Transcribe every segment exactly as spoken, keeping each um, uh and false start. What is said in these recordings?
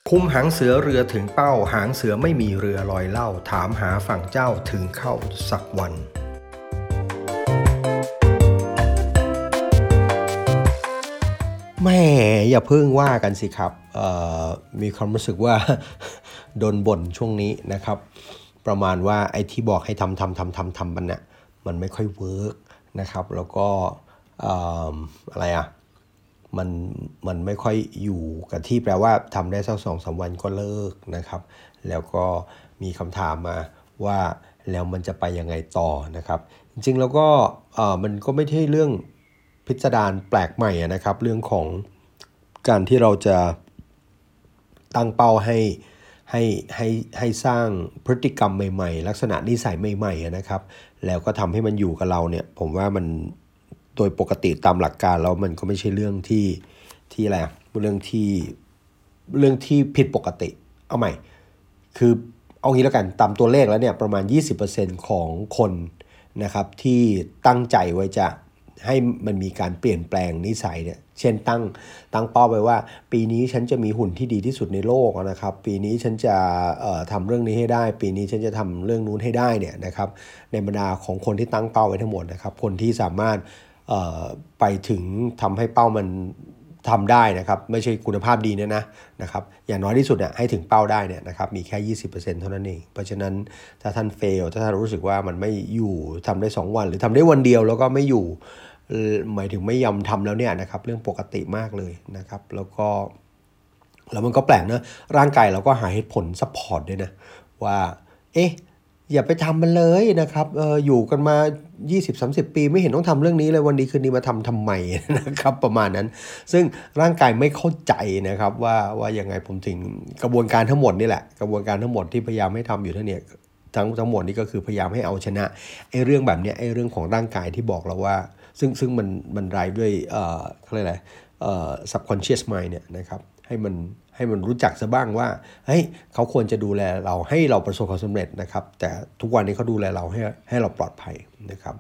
คุมหางเสือเรือถึงเป้าหางเสือไม่มีเรือลอยเล่าถามหาฝั่งเจ้าถึงเข้าสักวันแม่อย่าเพิ่งว่ากันสิครับมีความรู้สึกว่าโดนบ่นช่วงนี้นะครับประมาณว่าไอ้ที่บอกให้ทำทำทำทำทำมันเนี่ยมันไม่ค่อยเวิร์กนะครับแล้วก็อะไรอ่ะมันมันไม่ค่อยอยู่กับที่แปลว่าทำได้สักสองสามวันก็เลิกนะครับแล้วก็มีคำถามมาว่าแล้วมันจะไปยังไงต่อนะครับจริงๆแล้วก็มันก็ไม่ใช่เรื่องพิสดารแปลกใหม่นะครับเรื่องของการที่เราจะตั้งเป้าให้ให้ให้ให้สร้างพฤติกรรมใหม่ๆลักษณะนิสัยใหม่ๆนะครับแล้วก็ทำให้มันอยู่กับเราเนี่ยผมว่ามันโดยปกติตามหลักการแล้วมันก็ไม่ใช่เรื่องที่ที่อะไรเรื่องที่เรื่องที่ผิดปกติเอาใหม่คือเอางี้แล้วกันตามตัวเลขแล้วเนี่ยประมาณ ยี่สิบเปอร์เซ็นต์ ของคนนะครับที่ตั้งใจไว้จะให้มันมีการเปลี่ยนแปลงนิสัยเนี่ยเช่นตั้งตั้งเป้าไว้ว่าปีนี้ฉันจะมีหุ่นที่ดีที่สุดในโลกนะครับปีนี้ฉันจะเอ่อทำเรื่องนี้ให้ได้ปีนี้ฉันจะทำเรื่องนู้นให้ได้เนี่ยนะครับในบรรดาของคนที่ตั้งเป้าไว้ทั้งหมดนะครับคนที่สามารถเอ่อไปถึงทำให้เป้ามันทำได้นะครับไม่ใช่คุณภาพดีเนี่ยนะนะครับอย่างน้อยที่สุดเนี่ยให้ถึงเป้าได้เนี่ยนะครับมีแค่ ยี่สิบเปอร์เซ็นต์ เท่านั้นเองเพราะฉะนั้นถ้าท่านเฟลถ้าท่านรู้สึกว่ามันไม่อยู่ทำได้สองวันหรือทำได้วันเดียวแล้วก็ไม่อยู่หมายถึงไม่ยอมทำแล้วเนี่ยนะครับเรื่องปกติมากเลยนะครับแล้วก็แล้วมันก็แปลกนะร่างกายเราก็หาเหตุผลซัพพอร์ตด้วยนะว่าเอ๊ะอย่าไปทำมันเลยนะครับเอออยู่กันมา ยี่สิบถึงสามสิบ ปีไม่เห็นต้องทำเรื่องนี้เลยวันนี้คืนนี้มาทำทำไมนะครับประมาณนั้นซึ่งร่างกายไม่เข้าใจนะครับว่าว่ายังไงผมถึงกระบวนการทั้งหมดนี่แหละกระบวนการทั้งหมดที่พยายามให้ทำอยู่ทั้งเนี่ยทั้งทั้งหมดนี่ก็คือพยายามให้เอาชนะไอ้เรื่องแบบนี้ไอ้เรื่องของร่างกายที่บอกเราว่าซึ่งซึ่งมันมันไรด้วยเอ่อเขาเรียกอะไรเอ่อ subconscious mind เนี่ยนะครับให้มันให้มันรู้จักซะบ้างว่าเฮ้ยเขาควรจะดูแลเราให้เราประสบความสำเร็จนะครับแต่ทุกวันนี้เขาดูแลเราให้ให้เราปลอดภัยนะครับ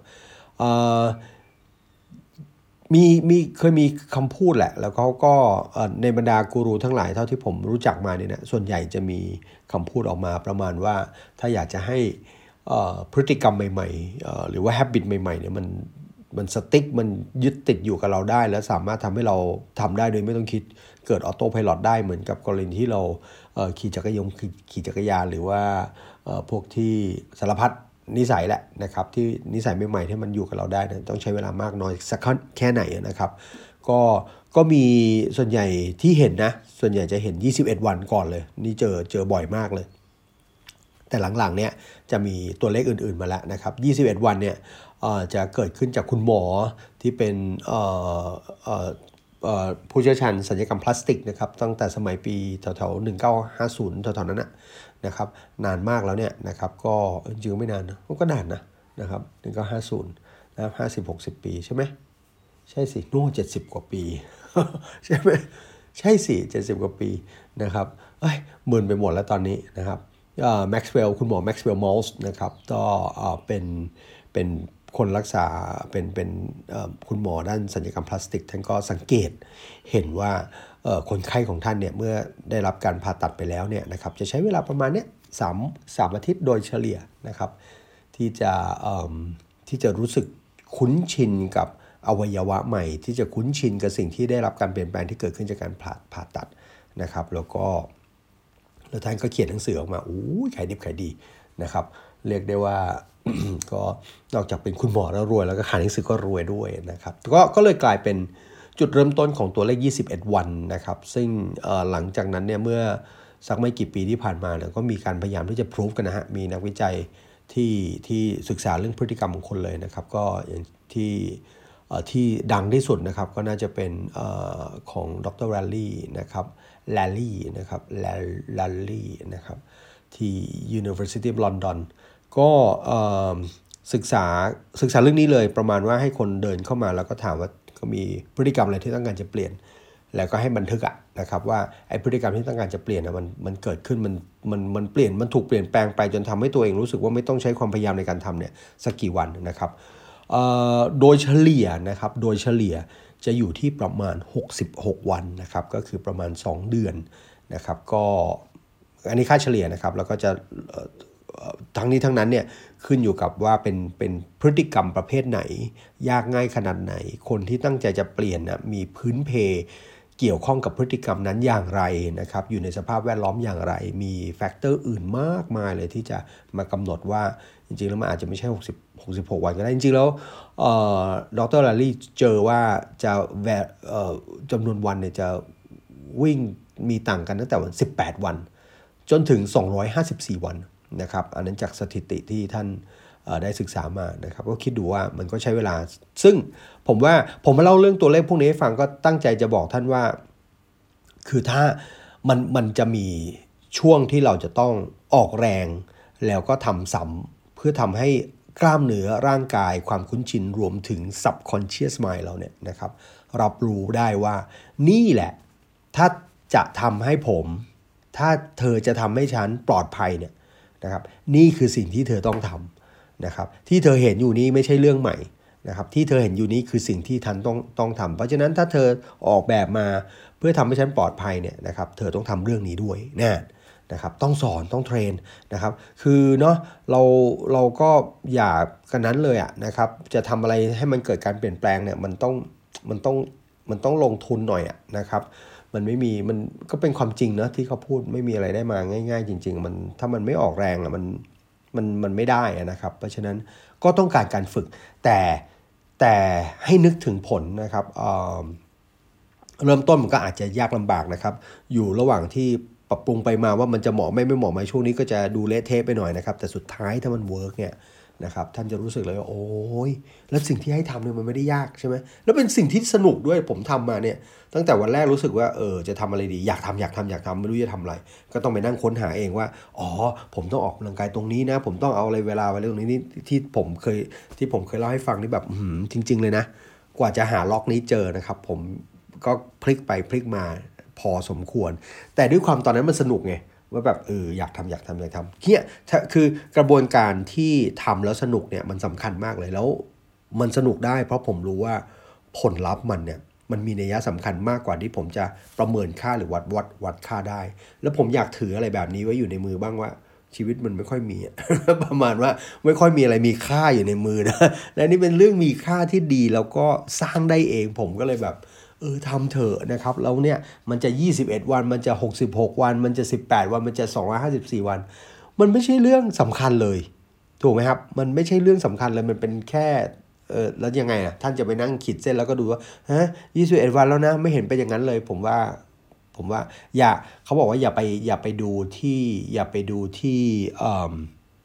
มีมีเคยมีคำพูดแหละแล้วเขาก็ในบรรดากูรูทั้งหลายเท่าที่ผมรู้จักมาเนี่ยนะส่วนใหญ่จะมีคำพูดออกมาประมาณว่าถ้าอยากจะให้พฤติกรรมใหม่ๆหรือว่า habit ใหม่ๆเนี่ยมันมันสติ๊กมันยึดติดอยู่กับเราได้แล้วสามารถทำให้เราทำได้โดยไม่ต้องคิดเกิดออโต้ไพลอตได้เหมือนกับกรณีที่เราขี่จักรยานขี่จักรยานหรือว่าพวกที่สารพัดนิสัยแหละนะครับที่นิสัยใหม่ๆที่มันอยู่กับเราได้นะต้องใช้เวลามากน้อยสักแค่ไหนนะครับก็ก็มีส่วนใหญ่ที่เห็นนะส่วนใหญ่จะเห็นยี่สิบเอ็ดวันก่อนเลยนี่เจอเจอบ่อยมากเลยแต่หลังๆเนี่ยจะมีตัวเลขอื่นๆมาแล้วนะครับยี่สิบเอ็ดวันเนี่ยจะเกิดขึ้นจากคุณหมอที่เป็นผู้เชี่ยวชาญศัลยกรรมพลาสติกนะครับตั้งแต่สมัยปีแถวๆหนึ่งพันเก้าร้อยห้าสิบแถวๆนั้นนะนะครับนานมากแล้วเนี่ยนะครับก็จริงๆไม่นานนะก็นานนะนะครับหนึ่งพันเก้าร้อยห้าสิบนะครับห้าสิบ หกสิบปีใช่ไหมใช่สิโน่เจ็ดสิบกว่าปีใช่ไหมใช่สิเจ็ดสิบกว่าปีนะครับเอ้ยหมื่นไปหมดแล้วตอนนี้นะครับแม็กซ์เวลล์คุณหมอแม็กซ์เวลล์มอลส์นะครับก็เป็นเป็นคนรักษาเป็นเป็นคุณหมอด้านศัลยกรรมพลาสติกท่านก็สังเกตเห็นว่าคนไข้ของท่านเนี่ยเมื่อได้รับการผ่าตัดไปแล้วเนี่ยนะครับจะใช้เวลาประมาณเนี้ยสามสามอาทิตย์โดยเฉลี่ยนะครับที่จะที่จะรู้สึกคุ้นชินกับอวัยวะใหม่ที่จะคุ้นชินกับสิ่งที่ได้รับการเปลี่ยนแปลงที่เกิดขึ้นจากการผ่าผ่าตัดนะครับแล้วก็แล้วท่านก็เขียนหนังสือออกมาโอ้ยขายดิบขายดีนะครับเรียกได้ว่า ก็นอกจากเป็นคุณหมอแล้วรวยแล้วก็ขายหนังสือก็รวยด้วยนะครับก็ก็เลยกลายเป็นจุดเริ่มต้นของตัวเลขยี่สิบเอ็ดวันนะครับซึ่งหลังจากนั้นเนี่ยเมื่อสักไม่กี่ปีที่ผ่านมาเนี่ยก็มีการพยายามที่จะพิสูจกันนะฮะมีนักวิจัยที่ที่ศึกษาเรื่องพฤติกรรมของคนเลยนะครับก็อย่างที่ที่ดังที่สุดนะครับก็น่าจะเป็นของดรแรลลี่นะครับแรลลี่นะครับแรลลี่นะครับที่ University of London ก็ศึกษาศึกษาเรื่องนี้เลยประมาณว่าให้คนเดินเข้ามาแล้วก็ถามว่าเขามีพฤติกรรมอะไรที่ต้องการจะเปลี่ยนแล้วก็ให้บันทึกอะนะครับว่าไอ้พฤติกรรมที่ต้องการจะเปลี่ยนนะมันมันเกิดขึ้นมันมันมันเปลี่ยนมันถูกเปลี่ยนแปลงไปจนทำให้ตัวเองรู้สึกว่าไม่ต้องใช้ความพยายามในการทำเนี่ยสักกี่วันนะครับโดยเฉลี่ยนะครับโดยเฉลี่ยจะอยู่ที่ประมาณหกสิบหกวันนะครับก็คือประมาณสองเดือนนะครับก็อันนี้ค่าเฉลี่ยนะครับแล้วก็จะทั้งนี้ทั้งนั้นเนี่ยขึ้นอยู่กับว่าเป็นเป็นพฤติกรรมประเภทไหนยากง่ายขนาดไหนคนที่ตั้งใจจะเปลี่ยนนะมีพื้นเพเกี่ยวข้องกับพฤติกรรมนั้นอย่างไรนะครับอยู่ในสภาพแวดล้อมอย่างไรมีแฟกเตอร์อื่นมากมายเลยที่จะมากำหนดว่าจริงๆแล้วมันอาจจะไม่ใช่หกสิบ หกสิบหกวันก็ได้จริงๆแล้วดร.ลารี่เจอว่าจะแวจำนวนวันเนี่ยจะวิ่งมีต่างกันตั้งแต่วันสิบแปดวันจนถึงสองร้อยห้าสิบสี่วันนะครับอันนั้นจากสถิติที่ท่านได้ศึกษามานะครับก็คิดดูว่ามันก็ใช้เวลาซึ่งผมว่าผมมาเล่าเรื่องตัวเลขพวกนี้ให้ฟังก็ตั้งใจจะบอกท่านว่าคือถ้ามันมันจะมีช่วงที่เราจะต้องออกแรงแล้วก็ทำซ้ำเพื่อทำให้กล้ามเนื้อร่างกายความคุ้นชินรวมถึง subconscious mind เราเนี่ยนะครับรับรู้ได้ว่านี่แหละถ้าจะทำให้ผมถ้าเธอจะทำให้ฉันปลอดภัยเนี่ยนะครับนี่คือสิ่งที่เธอต้องทำนะครับที่เธอเห็นอยู่นี้ไม่ใช่เรื่องใหม่นะครับที่เธอเห็นอยู่นี้คือสิ่งที่ท่านต้องต้องทำเพราะฉะนั้นถ้าเธอออกแบบมาเพื่อทำให้ฉันปลอดภัยเนี่ยนะครับเธอต้องทำเรื่องนี้ด้วยนะนะครับต้องสอนต้องเทรนนะครับคือเนาะเราเราก็อย่ากันนั้นเลยอะนะครับจะทำอะไรให้มันเกิดการเปลี่ยนแปลงเนี่ยมันต้องมันต้องมันต้องลงทุนหน่อยอะนะครับมันไม่มีมันก็เป็นความจริงนะที่เขาพูดไม่มีอะไรได้มาง่ายๆจริงๆมันถ้ามันไม่ออกแรงอะมันมันมันไม่ได้นะครับเพราะฉะนั้นก็ต้องการการฝึกแต่แต่ให้นึกถึงผลนะครับเอ่อเริ่มต้นมันก็อาจจะยากลำบากนะครับอยู่ระหว่างที่ปรับปรุงไปมาว่ามันจะเหมาะไม่ไม่เหมาะไหมช่วงนี้ก็จะดูเละเทะไปหน่อยนะครับแต่สุดท้ายถ้ามันเวิร์กเนี่ยนะครับท่านจะรู้สึกเลยว่าโอ้ยแล้วสิ่งที่ให้ทำเนี่ยมันไม่ได้ยากใช่ไหมแล้วเป็นสิ่งที่สนุกด้วยผมทำมาเนี่ยตั้งแต่วันแรกรู้สึกว่าเออจะทำอะไรดีอยากทำอยากทำอยากทำไม่รู้จะทำอะไรก็ต้องไปนั่งค้นหาเองว่าอ๋อผมต้องออกกำลังกายตรงนี้นะผมต้องเอาอะไรเวลาไว้ตรงนี้นี่ที่ผมเคยที่ผมเคยเล่าให้ฟังนี่แบบหืมจริงๆเลยนะกว่าจะหาล็อกนี้เจอนะครับผมก็พลิกไปพลิกมาพอสมควรแต่ด้วยความตอนนั้นมันสนุกไงว่าแบบเอออยากทำอยากทำอยากทำเนี่ยคือกระบวนการที่ทำแล้วสนุกเนี่ยมันสำคัญมากเลยแล้วมันสนุกได้เพราะผมรู้ว่าผลลัพธ์มันเนี่ยมันมีนัยสำคัญมากกว่าที่ผมจะประเมินค่าหรือวัดวัดวัดค่าได้แล้วผมอยากถืออะไรแบบนี้ไว้อยู่ในมือบ้างว่าชีวิตมันไม่ค่อยมี ประมาณว่าไม่ค่อยมีอะไรมีค่าอยู่ในมือนะและนี่เป็นเรื่องมีค่าที่ดีแล้วก็สร้างได้เองผมก็เลยแบบเออทำเถอะนะครับแล้วเนี่ยมันจะยี่สิบเอ็ดวันมันจะหกสิบหกวันมันจะสิบแปดวันมันจะสองร้อยห้าสิบสี่วันมันไม่ใช่เรื่องสำคัญเลยถูกไหมครับมันไม่ใช่เรื่องสำคัญเลยมันเป็นแค่เออแล้วยังไงอ่ะท่านจะไปนั่งขีดเส้นแล้วก็ดูว่าฮะยี่สิบเอ็ดวันแล้วนะไม่เห็นเป็นอย่างนั้นเลยผมว่าผมว่าอย่าเขาบอกว่าอย่าไปอย่าไปดูที่อย่าไปดูที่เอ่อ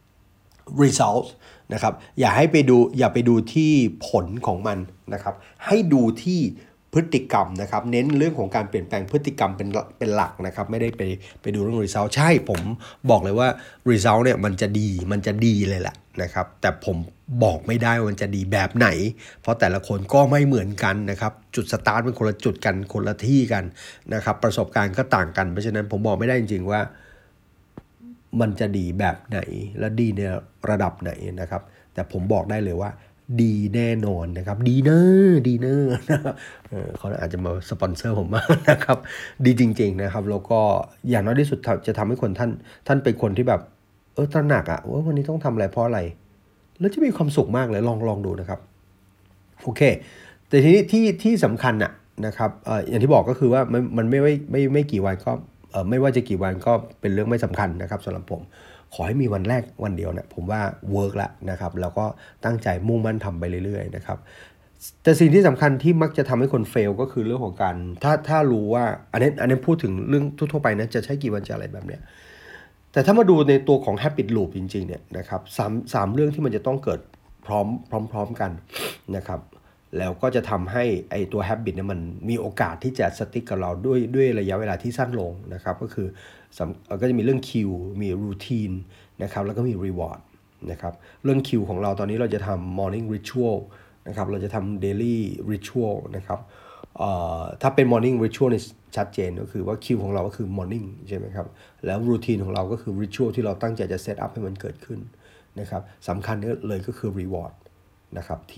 result นะครับอย่าให้ไปดูอย่าไปดูที่ผลของมันนะครับให้ดูที่พฤติกรรมนะครับเน้นเรื่องของการเปลี่ยนแปลงพฤติกรรมเป็นเป็นหลักนะครับไม่ได้ไปไปดูเรื่อง result ใช่ผมบอกเลยว่า result เนี่ยมันจะดีมันจะดีเลยแหละนะครับแต่ผมบอกไม่ได้ว่ามันจะดีแบบไหนเพราะแต่ละคนก็ไม่เหมือนกันนะครับจุดสตาร์ทเป็นคนละจุดกันคนละที่กันนะครับประสบการณ์ก็ต่างกันเพราะฉะนั้นผมบอกไม่ได้จริงๆว่ามันจะดีแบบไหนและดีในระดับไหนนะครับแต่ผมบอกได้เลยว่าดีแน่นอนนะครับดีเนอร์ดีเนอร์นะครับเขาอาจจะมาสปอนเซอร์ผมมากนะครับดีจริงๆนะครับแล้วก็อย่างน้อยที่สุดจะทำให้คนท่านท่านเป็นคนที่แบบเออตระหนักอะว่าวันนี้ต้องทำอะไรเพราะอะไรแล้วจะมีความสุขมากเลยลองลองดูนะครับโอเคแต่ทีนี้ที่ที่สำคัญอะนะครับเอ่ออย่างที่บอกก็คือว่ามันมันไม่ไม่ไม่ไม่กี่วันก็เอ่อไม่ว่าจะกี่วันก็เป็นเรื่องไม่สำคัญนะครับสำหรับผมขอให้มีวันแรกวันเดียวนะผมว่าเวิร์กแล้วนะครับแล้วก็ตั้งใจมุ่งมั่นทำไปเรื่อยๆนะครับแต่สิ่งที่สำคัญที่มักจะทำให้คนเฟลก็คือเรื่องของการถ้าถ้ารู้ว่าอันนี้อันนี้พูดถึงเรื่องทั่วๆไปนะจะใช้กี่วันจะอะไรแบบเนี้ยแต่ถ้ามาดูในตัวของ habit loop จริงๆเนี่ยนะครับสามสามเรื่องที่มันจะต้องเกิดพร้อมพร้อมๆกันนะครับแล้วก็จะทำให้ไอตัว habit เนี่ยมันมีโอกาสที่จะสติ๊กกับเราด้วยด้วยระยะเวลาที่สั้นลงนะครับก็คือก็จะมีเรื่องคิวมี routine นะครับแล้วก็มี reward นะครับเรื่องคิวของเราตอนนี้เราจะทำ morning ritual นะครับเราจะทำ daily ritual นะครับถ้าเป็น morning ritual นี่ชัดเจนก็คือว่าคิวของเราก็คือ morning ใช่ไหมครับแล้ว routine ของเราก็คือ ritual ที่เราตั้งใจจะ set up ให้มันเกิดขึ้นนะครับสำคัญเลยก็คือ reward นะครับที่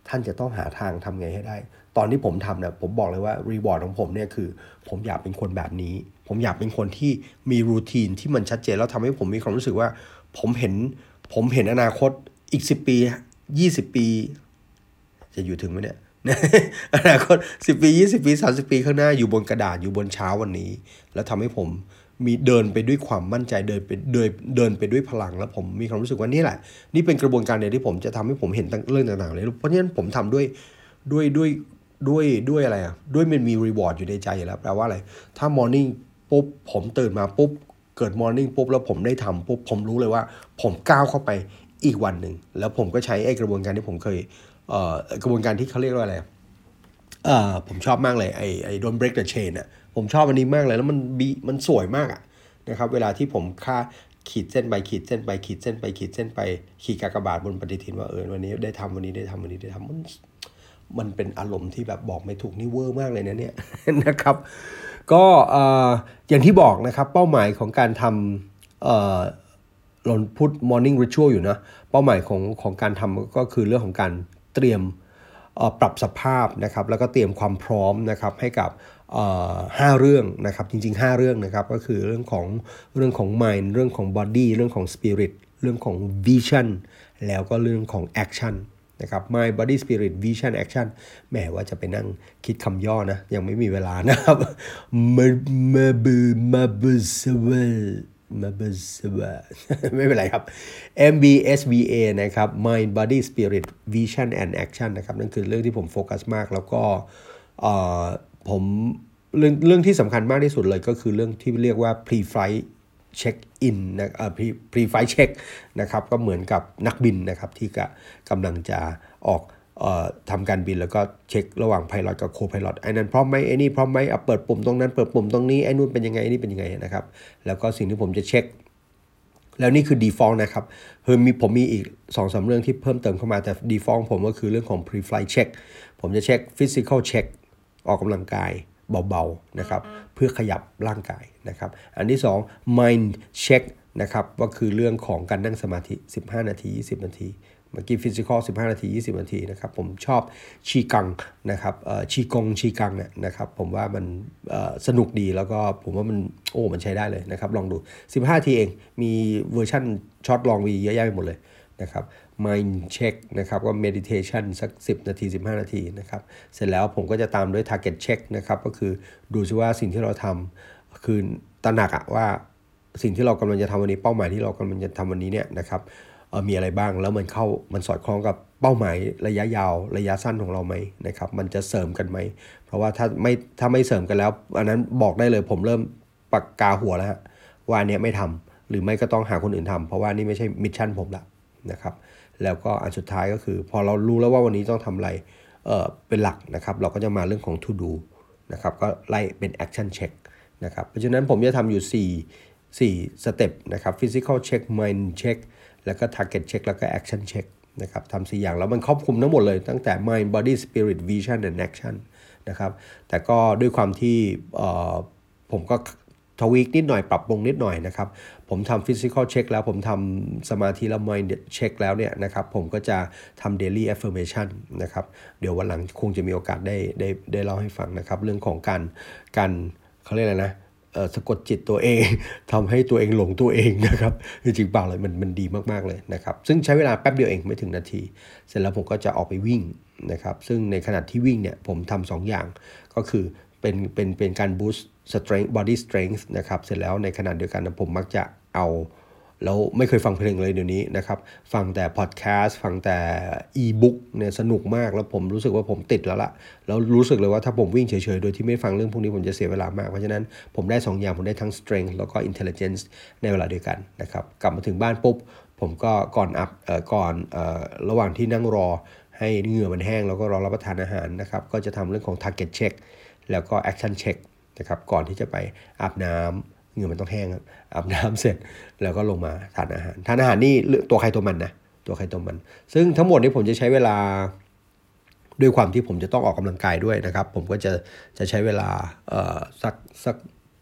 ท่านจะต้องหาทางทำไงให้ได้ตอนที่ผมทำเนี่ยผมบอกเลยว่ารีวอร์ดของผมเนี่ยคือผมอยากเป็นคนแบบนี้ผมอยากเป็นคนที่มีรูทีนที่มันชัดเจนแล้วทำให้ผมมีความรู้สึกว่าผมเห็นผมเห็นอนาคตอีกสิบปียี่สิบปีจะอยู่ถึงไหมเนี่ย อนาคตสิบปียี่สิบปีสามสิบปีข้างหน้าอยู่บนกระดาษอยู่บนเช้าวันนี้แล้วทำให้ผมมีเดินไปด้วยความมั่นใจเดินไปเดินเดินไปด้วยพลังแล้วผมมีความรู้สึกว่านี่แหละนี่เป็นกระบวนการเดียวที่ผมจะทำให้ผมเห็นเรื่องต่างๆเลยเพราะฉะนั้นผมทำด้วยด้วยด้วยด้วยด้วยอะไรอ่ะด้วยมันมีรีวอร์ดอยู่ในใจอยู่แล้วแปลว่าอะไรถ้ามอร์นิ่งปุ๊บผมตื่นมาปุ๊บเกิดมอร์นิ่งปุ๊บแล้วผมได้ทำปุ๊บผมรู้เลยว่าผมก้าวเข้าไปอีกวันหนึ่งแล้วผมก็ใช้ไอ้กระบวนการที่ผมเคยเอ่อกระบวนการที่เขาเรียกว่าอะไรเอ่อผมชอบมากเลยไอ้ไอ้ don't break the chain อ่ะผมชอบอันนี้มากเลยแล้วมันบีมันสวยมากอ่ะนะครับเวลาที่ผมค่าขีดเส้นไปขีดเส้นไปขีดเส้นไปขีดเส้นไปขีดกากบาทบนปฏิทินว่าเออวันนี้ได้ทำวันนี้ได้ทำวันนี้ได้ทำมันมันเป็นอารมณ์ที่แบบบอกไม่ถูกนี่เวอร์มากเลยนะเนี่ยนะครับก็เอ่ออย่างที่บอกนะครับเป้าหมายของการทำเอ่อเราพูด morning ritual อยู่นะเป้าหมายของของการทำก็คือเรื่องของการเตรียมปรับสภาพนะครับแล้วก็เตรียมความพร้อมนะครับให้กับห้าเรื่องนะครับจริงๆห้าเรื่องนะครับก็คือเรื่องของเรื่องของ mind เรื่องของ body เรื่องของ spirit เรื่องของ vision แล้วก็เรื่องของ action นะครับ mind body spirit vision action แหมว่าจะไปนั่งคิดคำย่อนะยังไม่มีเวลานะครับมามาบูมาบูสเวมาบูสเวไม่เป็นไรครับ เอ็ม บี เอส บี เอ นะครับ mind body spirit vision and action นะครับนั่นคือเรื่องที่ผมโฟกัสมากแล้วก็ผมเรื่องเรื่องที่สำคัญมากที่สุดเลยก็คือเรื่องที่เรียกว่า pre-flight check in นะเอ่อ pre pre-flight check นะครับก็เหมือนกับนักบินนะครับที่กำลังจะออกเอ่อทำการบินแล้วก็เช็คระหว่าง pilot กับ co-pilot ไอ้นั่นพร้อมไหมไอ้นี่พร้อมไหมเอาเปิดปุ่มตรงนั้นเปิดปุ่มตรงนี้ไอ้นู่นเป็นยังไงไอ้นี่เป็นยังไงนะครับแล้วก็สิ่งที่ผมจะเช็คแล้วนี่คือ default นะครับคือมีผมมีอีก สองสาม เรื่องที่เพิ่มเติมเข้ามาแต่ default ผมก็คือเรื่องของ pre-flight check ผมจะเช็ค physical check ออกกำลังกายเบาๆนะครับเพื่อขยับร่างกายนะครับอันที่สอง mind check นะครับก็คือเรื่องของการนั่งสมาธิสิบห้านาทียี่สิบนาทีเมื่อกี้ physical สิบห้านาทียี่สิบนาทีนะครับผมชอบชีกังนะครับเอ่อชีกงชีกังเนี่ยนะครับผมว่ามันเอ่อสนุกดีแล้วก็ผมว่ามันโอ้มันใช้ได้เลยนะครับลองดูสิบห้านาทีเองมีเวอร์ชั่นช็อตลองวีเยอะแยะไปหมดเลยนะครับ mind check นะครับก็ meditation สักสิบนาทีสิบห้านาทีนะครับเสร็จแล้วผมก็จะตามด้วย target check นะครับก็คือดูซิว่าสิ่งที่เราทำคือตระหนักอะว่าสิ่งที่เรากำลังจะทำวันนี้เป้าหมายที่เรากำลังจะทำวันนี้เนี่ยนะครับเออมีอะไรบ้างแล้วมันเข้ามันสอดคล้องกับเป้าหมายระยะยาวระยะสั้นของเราไหมนะครับมันจะเสริมกันไหมเพราะว่าถ้าไม่ถ้าไม่เสริมกันแล้วอันนั้นบอกได้เลยผมเริ่มปากกาหัวแล้วฮะว่าอันเนี้ยไม่ทำหรือไม่ก็ต้องหาคนอื่นทำเพราะว่านี่ไม่ใช่มิชชั่นผมละนะครับแล้วก็อันสุดท้ายก็คือพอเรารู้แล้วว่าวันนี้ต้องทำอะไรเออเป็นหลักนะครับเราก็จะมาเรื่องของ to do นะครับก็ไล่เป็น action check นะครับเพราะฉะนั้นผมจะทำอยู่สี่ สี่สเต็ปนะครับ physical check mind check แล้วก็ target check แล้วก็ action check นะครับทำสี่อย่างแล้วมันครอบคลุมทั้งหมดเลยตั้งแต่ mind body spirit vision and action นะครับแต่ก็ด้วยความที่ผมก็ทวีกนิดหน่อยปรับปรุงนิดหน่อยนะครับผมทำ physical check แล้วผมทำสมาธิแล้ว mind check แล้วเนี่ยนะครับผมก็จะทำ daily affirmation นะครับเดี๋ยววันหลังคงจะมีโอกาสได้ได้ได้เล่าให้ฟังนะครับเรื่องของการการเขาเรียกอะไรนะสะกดจิตตัวเองทำให้ตัวเองหลงตัวเองนะครับจริงๆเปล่าเลยมันมันดีมากๆเลยนะครับซึ่งใช้เวลาแป๊บเดียวเองไม่ถึงนาทีเสร็จแล้วผมก็จะออกไปวิ่งนะครับซึ่งในขณะที่วิ่งเนี่ยผมทำสองอย่างก็คือเป็นเป็นเป็นการ boost strength body strength นะครับเสร็จแล้วในขณะเดียวกันผมมักจะเอาแล้วไม่เคยฟังเพลงเลยเดี๋ยวนี้นะครับฟังแต่พอดแคสต์ฟังแต่อีบุ๊กเนี่ยสนุกมากแล้วผมรู้สึกว่าผมติดแล้วล่ะแล้วรู้สึกเลยว่าถ้าผมวิ่งเฉยๆโดยที่ไม่ฟังเรื่องพวกนี้ผมจะเสียเวลามากเพราะฉะนั้นผมได้สองอย่างผมได้ทั้ง strength แล้วก็ intelligence ในเวลาเดียวกันนะครับกลับมาถึงบ้านปุ๊บผมก็ก่อนอัพเอ่อก่อนเอ่อระหว่างที่นั่งรอให้เหงื่อมันแห้งแล้วก็รอรับประทานอาหารนะครับก็จะทำเรื่องของ target check แล้วก็ action check นะครับก่อนที่จะไปอาบน้ำเหงื่อมันต้องแห้งครับอาบน้ำเสร็จแล้วก็ลงมาทานอาหารทานอาหารนี่ตัวใครตัวมันนะตัวใครตัวมันซึ่งทั้งหมดนี้ผมจะใช้เวลาด้วยความที่ผมจะต้องออกกำลังกายด้วยนะครับผมก็จะจะใช้เวลาเอ่อสักสัก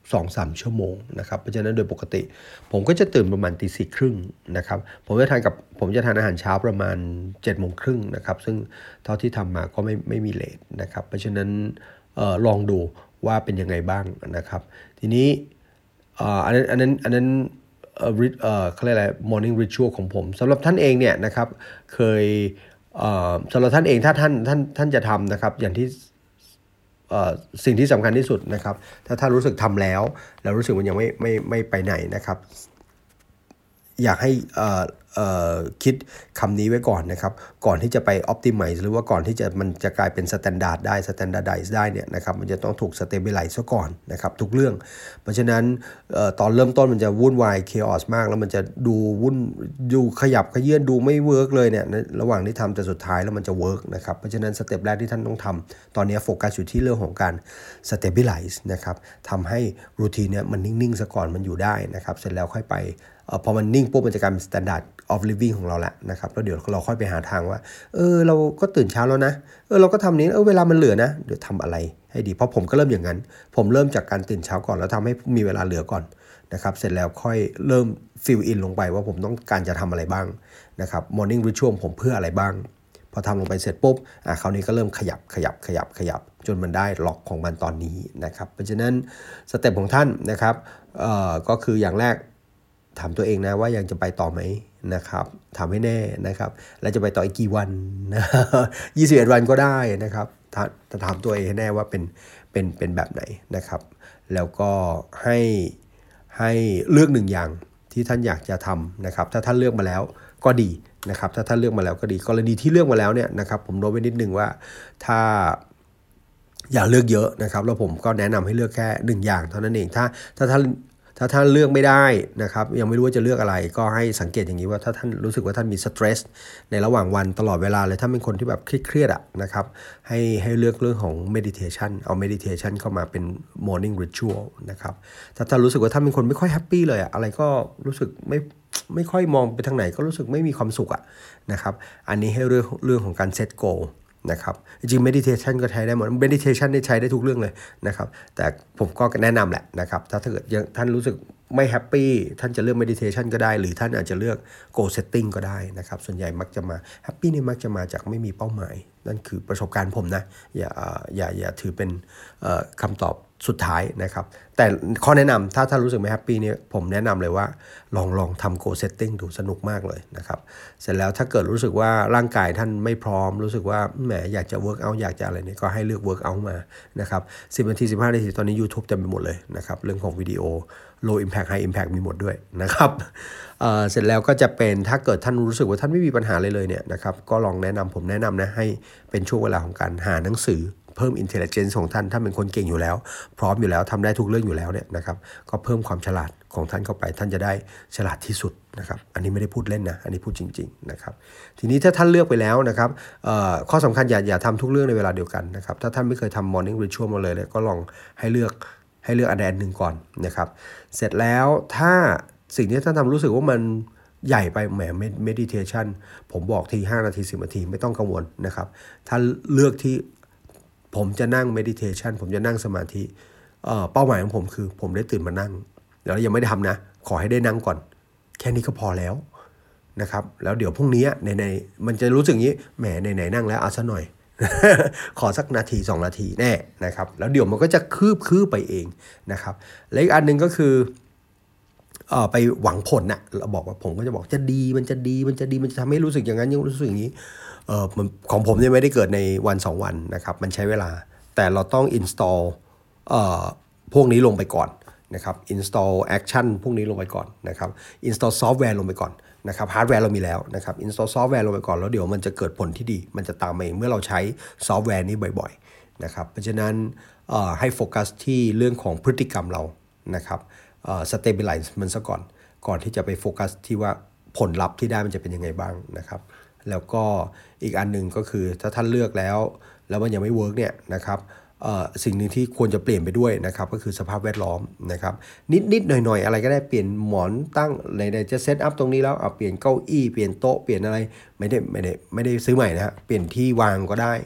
สองถึงสาม ชั่วโมงนะครับเพราะฉะนั้นโดยปกติผมก็จะตื่นประมาณตีสี่ครึ่งนะครับผมจะทานกับผมจะทานอาหารเช้าประมาณเจ็ดโมงครึ่งนะครับซึ่งเท่าที่ทำมาก็ไม่ไม่มีเลทนะครับเพราะฉะนั้นเอ่อลองดูว่าเป็นยังไงบ้างนะครับทีนี้เอ่ออันนั้นอันนั้นอันนั้นเอ่อเอ่อเขาเรียกอะไร morning ritual ของผมสำหรับท่านเองเนี่ยนะครับเคยเอ่อสำหรับท่านเองถ้าท่านท่านท่านจะทำนะครับอย่างที่สิ่งที่สำคัญที่สุดนะครับถ้าท่านรู้สึกทำแล้วแล้วรู้สึกมันยังไม่ไม่ไม่ไปไหนนะครับอยากให้เอ่อเอ่อคิดคำนี้ไว้ก่อนนะครับก่อนที่จะไป optimize หรือว่าก่อนที่จะมันจะกลายเป็น standard ได้ standardize ได้เนี่ยนะครับมันจะต้องถูก stabilize ซะก่อนนะครับทุกเรื่องเพราะฉะนั้นเอ่อตอนเริ่มต้นมันจะวุ่นวาย chaos มากแล้วมันจะดูวุ่นดูขยับขยื่นดูไม่เวิร์กเลยเนี่ยระหว่างที่ทำแต่สุดท้ายแล้วมันจะเวิร์กนะครับเพราะฉะนั้นสเต็ปแรกที่ท่านต้องทำตอนนี้โฟกัสอยู่ที่เรื่องของการ stabilize นะครับทำให้รูทีนเนี่ยมันนิ่งๆซะก่อนมันอยู่ได้นะครับเสร็จแล้วค่อยไปพอมันนิ่งปุ๊บมันจะกลายเป็น standard of living ของเราแหละนะครับแล้วเดี๋ยวเราค่อยไปหาทางว่าเออเราก็ตื่นเช้าแล้วนะเออเราก็ทำนี้เออเวลามันเหลือนะเดี๋ยวทำอะไรให้ดีเพราะผมก็เริ่มอย่างนั้นผมเริ่มจากการตื่นเช้าก่อนแล้วทำให้มีเวลาเหลือก่อนนะครับเสร็จแล้วค่อยเริ่ม fill in ลงไปว่าผมต้องการจะทำอะไรบ้างนะครับ morning ritual ผมเพื่ออะไรบ้างพอทำลงไปเสร็จปุ๊บอ่ะคราวนี้ก็เริ่มขยับขยับขยับขยับจนมันได้ล็อกของมันตอนนี้นะครับเพราะฉะนั้นสเต็ปของท่านนะครับเอ่อก็คืออย่างแรกถามตัวเองนะว่ายังจะไปต่อไหมนะครับถามให้แน่นะครับแล้วจะไปต่ออีกกี่วันนะยี่สิบเอ็ดวันก็ได้นะครับถ้าถามตัวเองให้แน่ว่าเป็นเป็นเป็นแบบไหนนะครับแล้วก็ให้ให้เลือกหนึ่งอย่างที่ท่านอยากจะทำนะครับถ้าท่านเลือกมาแล้วก็ดีนะครับถ้าท่านเลือกมาแล้วก็ดีกรณีที่เลือกมาแล้วเนี่ยนะครับผมโน้ตไว้นิดนึงว่าถ้าอย่าเลือกเยอะนะครับแล้วผมก็แนะนำให้เลือกแค่หนึ่งอย่างเท่านั้นเองถ้าถ้าท่านถ้าท่านเลือกไม่ได้นะครับยังไม่รู้ว่าจะเลือกอะไรก็ให้สังเกตอย่างนี้ว่าถ้าท่านรู้สึกว่าท่านมีสเตรสในระหว่างวันตลอดเวลาเลยถ้าเป็นคนที่แบบเครียดๆอ่ะนะครับให้ให้เลือกเรื่องของ meditation เอา meditation เข้ามาเป็น morning ritual นะครับถ้าท่านรู้สึกว่าท่านเป็นคนไม่ค่อยแฮปปี้เลยอ่ะอะไรก็รู้สึกไม่ไม่ค่อยมองไปทางไหนก็รู้สึกไม่มีความสุขอ่ะนะครับอันนี้ให้เรื่องเรื่องของการ set goalนะครับจริง meditation ก็ใช้ได้หมด meditation ได้ใช้ได้ทุกเรื่องเลยนะครับแต่ผมก็แนะนำแหละนะครับถ้าเกิดยังท่านรู้สึกไม่แฮปปี้ท่านจะเลือก meditation ก็ได้หรือท่านอาจจะเลือก goal setting ก็ได้นะครับส่วนใหญ่มักจะมาแฮปปี้นี่มักจะมาจากไม่มีเป้าหมายนั่นคือประสบการณ์ผมนะอย่าอย่าอย่าถือเป็นคำตอบสุดท้ายนะครับแต่ข้อแนะนำถ้าท่านรู้สึกไม่แฮปปี้เนี่ยผมแนะนำเลยว่าลองลองทำ goal setting ดูสนุกมากเลยนะครับเสร็จแล้วถ้าเกิดรู้สึกว่าร่างกายท่านไม่พร้อมรู้สึกว่าแหมอยากจะ work out อยากจะอะไรเนี่ยก็ให้เลือก work out มานะครับสิบนาทีสิบห้านาทีตอนนี้ YouTube เต็มไปหมดเลยนะครับเรื่องของวิดีโอ low impact high impact มีหมดด้วยนะครับเอ่อเสร็จแล้วก็จะเป็นถ้าเกิดท่านรู้สึกว่าท่านไม่มีปัญหาเลยเลยเนี่ยนะครับก็ลองแนะนำผมแนะนำนะให้เป็นช่วงเวลาของการหาหนังสือเพิ่ม intelligence ของท่านถ้าเป็นคนเก่งอยู่แล้วพร้อมอยู่แล้วทำได้ทุกเรื่องอยู่แล้วเนี่ยนะครับก็เพิ่มความฉลาดของท่านเข้าไปท่านจะได้ฉลาดที่สุดนะครับอันนี้ไม่ได้พูดเล่นนะอันนี้พูดจริงๆนะครับทีนี้ถ้าท่านเลือกไปแล้วนะครับข้อสำคัญอย่าอย่าทำทุกเรื่องในเวลาเดียวกันนะครับถ้าท่านไม่เคยทำ morning ritual มาเลยเนี่ยก็ลองให้เลือกให้เลือกอันใดอันหนึ่งก่อนนะครับเสร็จแล้วถ้าสิ่งที่ท่านทำรู้สึกว่ามันใหญ่ไปแหม meditation ผมบอกทีห้านาทีสิบนาทีไม่ต้องกังวลนะครับถ้าเลือกที่ผมจะนั่ง meditation ผมจะนั่งสมาธิเอ่อเป้าหมายของผมคือผมได้ตื่นมานั่งแล้วยังไม่ได้ทำนะขอให้ได้นั่งก่อนแค่นี้ก็พอแล้วนะครับแล้วเดี๋ยวพรุ่งนี้ในๆมันจะรู้สึกงี้แหมไหนๆนั่งแล้วเอาซะหน่อย ขอสักนาทีสองนาทีแน่นะครับแล้วเดี๋ยวมันก็จะคืบคืบไปเองนะครับและอีกอันนึงก็คือเอ่อไปหวังผลน่ะเราบอกว่าผมก็จะบอกจะดีมันจะดีมันจะดีมันจะทำให้รู้สึกอย่างนั้นยังรู้สึกอย่างนี้เอ่อของผมเนี่ยไม่ได้เกิดในวันสองวันนะครับมันใช้เวลาแต่เราต้อง install เอ่อพวกนี้ลงไปก่อนนะครับ install action พวกนี้ลงไปก่อนนะครับ install software ลงไปก่อนนะครับ hardware เรามีแล้วนะครับ install software ลงไปก่อนแล้วเดี๋ยวมันจะเกิดผลที่ดีมันจะตามมาเองเมื่อเราใช้ซอฟต์แวร์นี้บ่อยๆนะครับเพราะฉะนั้นให้โฟกัสที่เรื่องของพฤติกรรมเรานะครับstabilize มันซะก่อนก่อนที่จะไปโฟกัสที่ว่าผลลัพธ์ที่ได้มันจะเป็นยังไงบ้างนะครับแล้วก็อีกอันนึงก็คือถ้าท่านเลือกแล้วแล้วมันยังไม่เวิร์กเนี่ยนะครับสิ่งหนึ่งที่ควรจะเปลี่ยนไปด้วยนะครับก็คือสภาพแวดล้อมนะครับนิดๆหน่อยๆอะไรก็ได้เปลี่ยนหมอนตั้งในจะเซตอัพตรงนี้แล้วเอาเปลี่ยนเก้าอี้เปลี่ยนโต๊ะเปลี่ยนอะไรไม่ได้ไม่ได้ไม่ได้ซื้อใหม่นะฮะเปลี่ยนที่วางก็ได้เป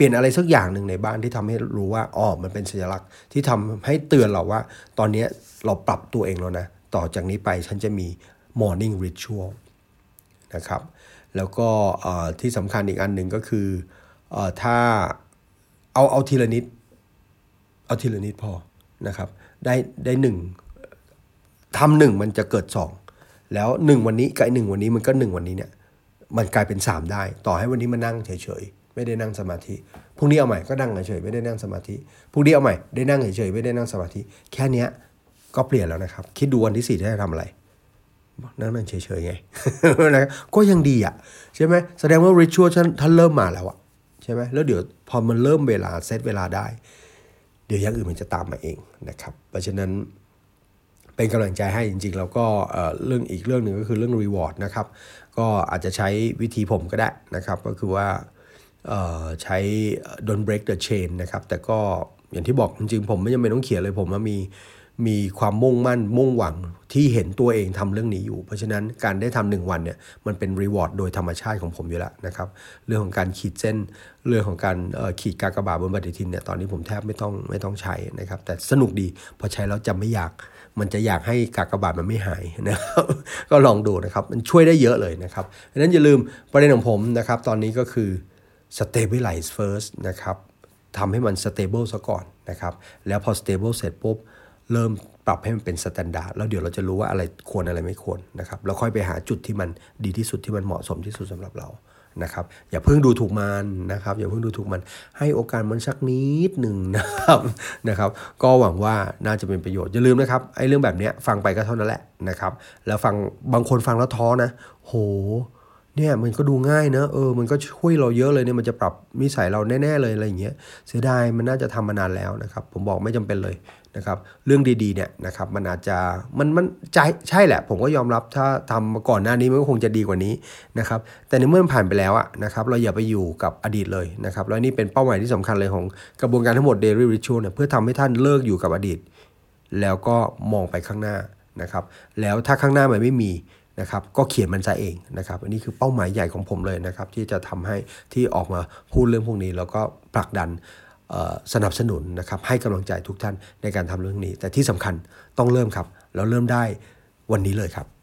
ลี่ยนอะไรสักอย่างหนึ่งในบ้านที่ทำให้รู้ว่าอ๋อมันเป็นสัญลักษณ์ที่ทำให้เตือนเราว่าตอนนี้เราปรับตัวเองแล้วนะต่อจากนี้ไปฉันจะมี morning ritual นะครับแล้วก็ที่สำคัญอีกอันหนึ่งก็คือถ้าเอาเอาทีละนิดเอาทีละนิดพอนะครับได้ได้หนึ่งทำหนึ่งมันจะเกิดสองแล้วหนึ่งวันนี้กับหนึ่งวันนี้มันก็หนึ่งวันนี้เนี่ยมันกลายเป็นสามได้ต่อให้วันนี้มานั่งเฉยๆไม่ได้นั่งสมาธิพรุ่งนี้เอาใหม่ก็นั่งเฉยๆไม่ได้นั่งสมาธิพรุ่งนี้เอาใหม่ได้นั่งเฉยๆไม่ได้นั่งสมาธิแค่นี้ก็เปลี่ยนแล้วนะครับคิดดูวันที่สี่จะทำอะไรนั่งนั่งเฉยๆไง นะก็ยังดีอ่ะใช่ไหมแสดงว่า ritual ท่านเริ่มมาแล้วอ่ะใช่ไหมแล้วเดี๋ยวพอมันเริ่มเวลาเซตเวลาได้เดี๋ยวอย่างอื่นมันจะตามมาเองนะครับเพราะฉะนั้นเป็นกำลังใจให้จริงๆแล้วก็เรื่องอีกเรื่องหนึ่งก็คือเรื่อง reward นะครับก็อาจจะใช้วิธีผมก็ได้นะครับก็คือว่าใช้ don't break the chain นะครับแต่ก็อย่างที่บอกจริงๆผมไม่จำเป็นต้องเขียนเลยผมว่ามีมีความมุ่งมั่นมุ่งหวังที่เห็นตัวเองทำเรื่องนี้อยู่เพราะฉะนั้นการได้ทำหนึ่งวันเนี่ยมันเป็น reward โดยธรรมชาติของผมอยู่แล้วนะครับเรื่องของการขีดเส้นเรื่องของการขีดกากบาทบนปฏิทินเนี่ยตอนนี้ผมแทบไม่ต้องไม่ต้องใช้นะครับแต่สนุกดีพอใช้แล้วจะไม่อยากมันจะอยากให้กากบาทมันไม่หายนะครับก็ลองดูนะครับมันช่วยได้เยอะเลยนะครับดังนั้นอย่าลืมประเด็นของผมนะครับตอนนี้ก็คือ stabilize first นะครับทำให้มัน stable ซะก่อนนะครับแล้วพอ stable เสร็จปุ๊บเริ่มปรับให้มันเป็น standard แล้วเดี๋ยวเราจะรู้ว่าอะไรควรอะไรไม่ควรนะครับแล้วค่อยไปหาจุดที่มันดีที่สุดที่มันเหมาะสมที่สุดสำหรับเรานะครับอย่าเพิ่งดูถูกมันนะครับอย่าเพิ่งดูถูกมันให้โอกาสมันสักนิดหนึ่งนะครับนะครับก็หวังว่าน่าจะเป็นประโยชน์อย่าลืมนะครับไอ้เรื่องแบบนี้ฟังไปก็เท่านั้นแหละนะครับแล้วฟังบางคนฟังแล้วท้อนะโหเนี่ยมันก็ดูง่ายนะเออมันก็ช่วยเราเยอะเลยเนี่ยมันจะปรับนิสัยเราแน่ๆเลยอะไรอย่างเงี้ยเสียดายมันน่าจะทำมานานแล้วนะครับผมบอกไม่จำเป็นเลยนะครับเรื่องดีๆเนี่ยนะครับมันอาจจะมันมันใจใช่แหละผมก็ยอมรับถ้าทำมาก่อนหน้านี้มันก็คงจะดีกว่านี้นะครับแต่ในเมื่อมันผ่านไปแล้วอะนะครับเราอย่าไปอยู่กับอดีตเลยนะครับแล้วนี่เป็นเป้าหมายที่สำคัญเลยของกระบวนการทั้งหมด Daily Ritual เนี่ยเพื่อทำให้ท่านเลิกอยู่กับอดีตแล้วก็มองไปข้างหน้านะครับแล้วถ้าข้างหน้ามันไม่มีนะครับก็เขียนมันซะเองนะครับอันนี้คือเป้าหมายใหญ่ของผมเลยนะครับที่จะทำให้ที่ออกมาพูดเรื่องพวกนี้แล้วก็ผลักดันสนับสนุนนะครับให้กำลังใจทุกท่านในการทำเรื่องนี้แต่ที่สำคัญต้องเริ่มครับแล้วเริ่มได้วันนี้เลยครับ